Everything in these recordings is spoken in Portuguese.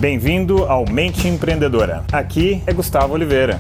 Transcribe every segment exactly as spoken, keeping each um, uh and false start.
Bem-vindo ao Mente Empreendedora. Aqui é Gustavo Oliveira.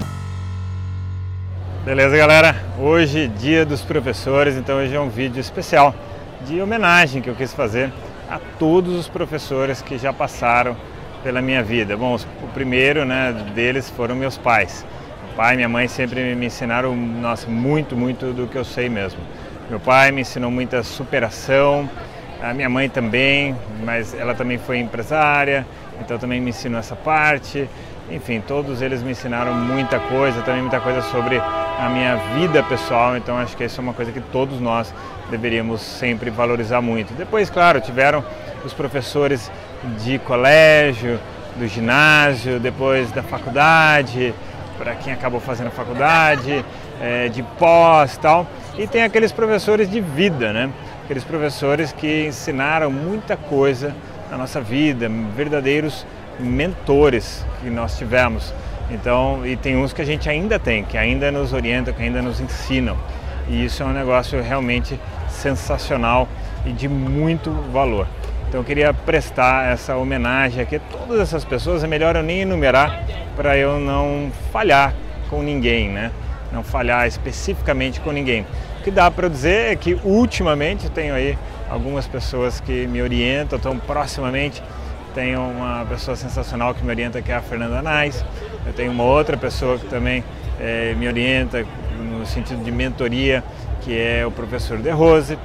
Beleza, galera? Hoje, dia dos professores, então hoje é um vídeo especial de homenagem que eu quis fazer a todos os professores que já passaram pela minha vida. Bom, o primeiro, né, deles foram meus pais. Meu pai e minha mãe sempre me ensinaram, nossa, muito, muito do que eu sei mesmo. Meu pai me ensinou muita superação, a minha mãe também, mas ela também foi empresária, então também me ensinou essa parte. Enfim, todos eles me ensinaram muita coisa, também muita coisa sobre a minha vida pessoal, então acho que isso é uma coisa que todos nós deveríamos sempre valorizar muito. Depois, claro, tiveram os professores de colégio, do ginásio, depois da faculdade, para quem acabou fazendo faculdade, é, de pós e tal. E tem aqueles professores de vida, né? Aqueles professores que ensinaram muita coisa na nossa vida, verdadeiros mentores que nós tivemos. Então, e tem uns que a gente ainda tem, que ainda nos orientam, que ainda nos ensinam. E isso é um negócio realmente sensacional e de muito valor. Então eu queria prestar essa homenagem aqui a todas essas pessoas. É melhor eu nem enumerar para eu não falhar com ninguém, né? Não falhar especificamente com ninguém. O que dá para dizer é que ultimamente tenho aí algumas pessoas que me orientam, então proximamente tenho uma pessoa sensacional que me orienta, que é a Fernanda Nais. Eu tenho uma outra pessoa que também é, me orienta no sentido de mentoria, que é o professor De Rose.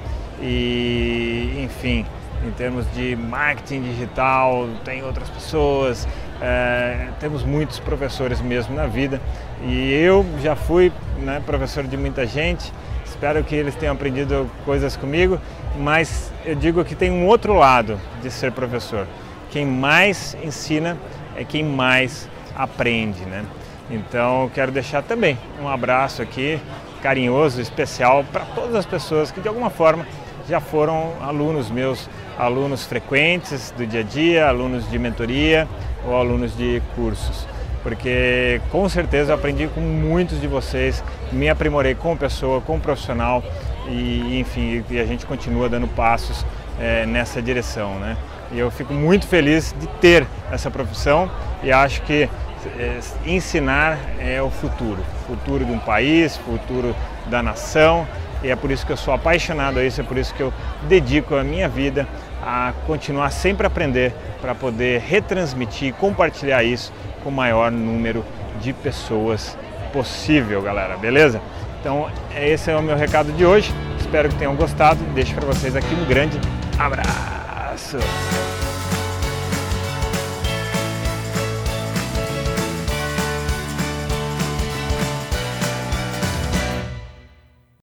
E, enfim, em termos de marketing digital, tem outras pessoas, é, temos muitos professores mesmo na vida. E eu já fui, né, professor de muita gente, espero que eles tenham aprendido coisas comigo, mas eu digo que tem um outro lado de ser professor. Quem mais ensina é quem mais aprende, né? Então eu quero deixar também um abraço aqui, carinhoso, especial, para todas as pessoas que de alguma forma já foram alunos meus, alunos frequentes do dia a dia, alunos de mentoria ou alunos de cursos. Porque com certeza eu aprendi com muitos de vocês, me aprimorei como pessoa, como profissional e, enfim, e a gente continua dando passos é, nessa direção, né? E eu fico muito feliz de ter essa profissão e acho que é, ensinar é o futuro, futuro de um país, futuro da nação, e é por isso que eu sou apaixonado a isso, é por isso que eu dedico a minha vida a continuar sempre a aprender para poder retransmitir, compartilhar isso com o maior número de pessoas possível, galera, beleza? Então esse é o meu recado de hoje, espero que tenham gostado e deixo para vocês aqui um grande abraço!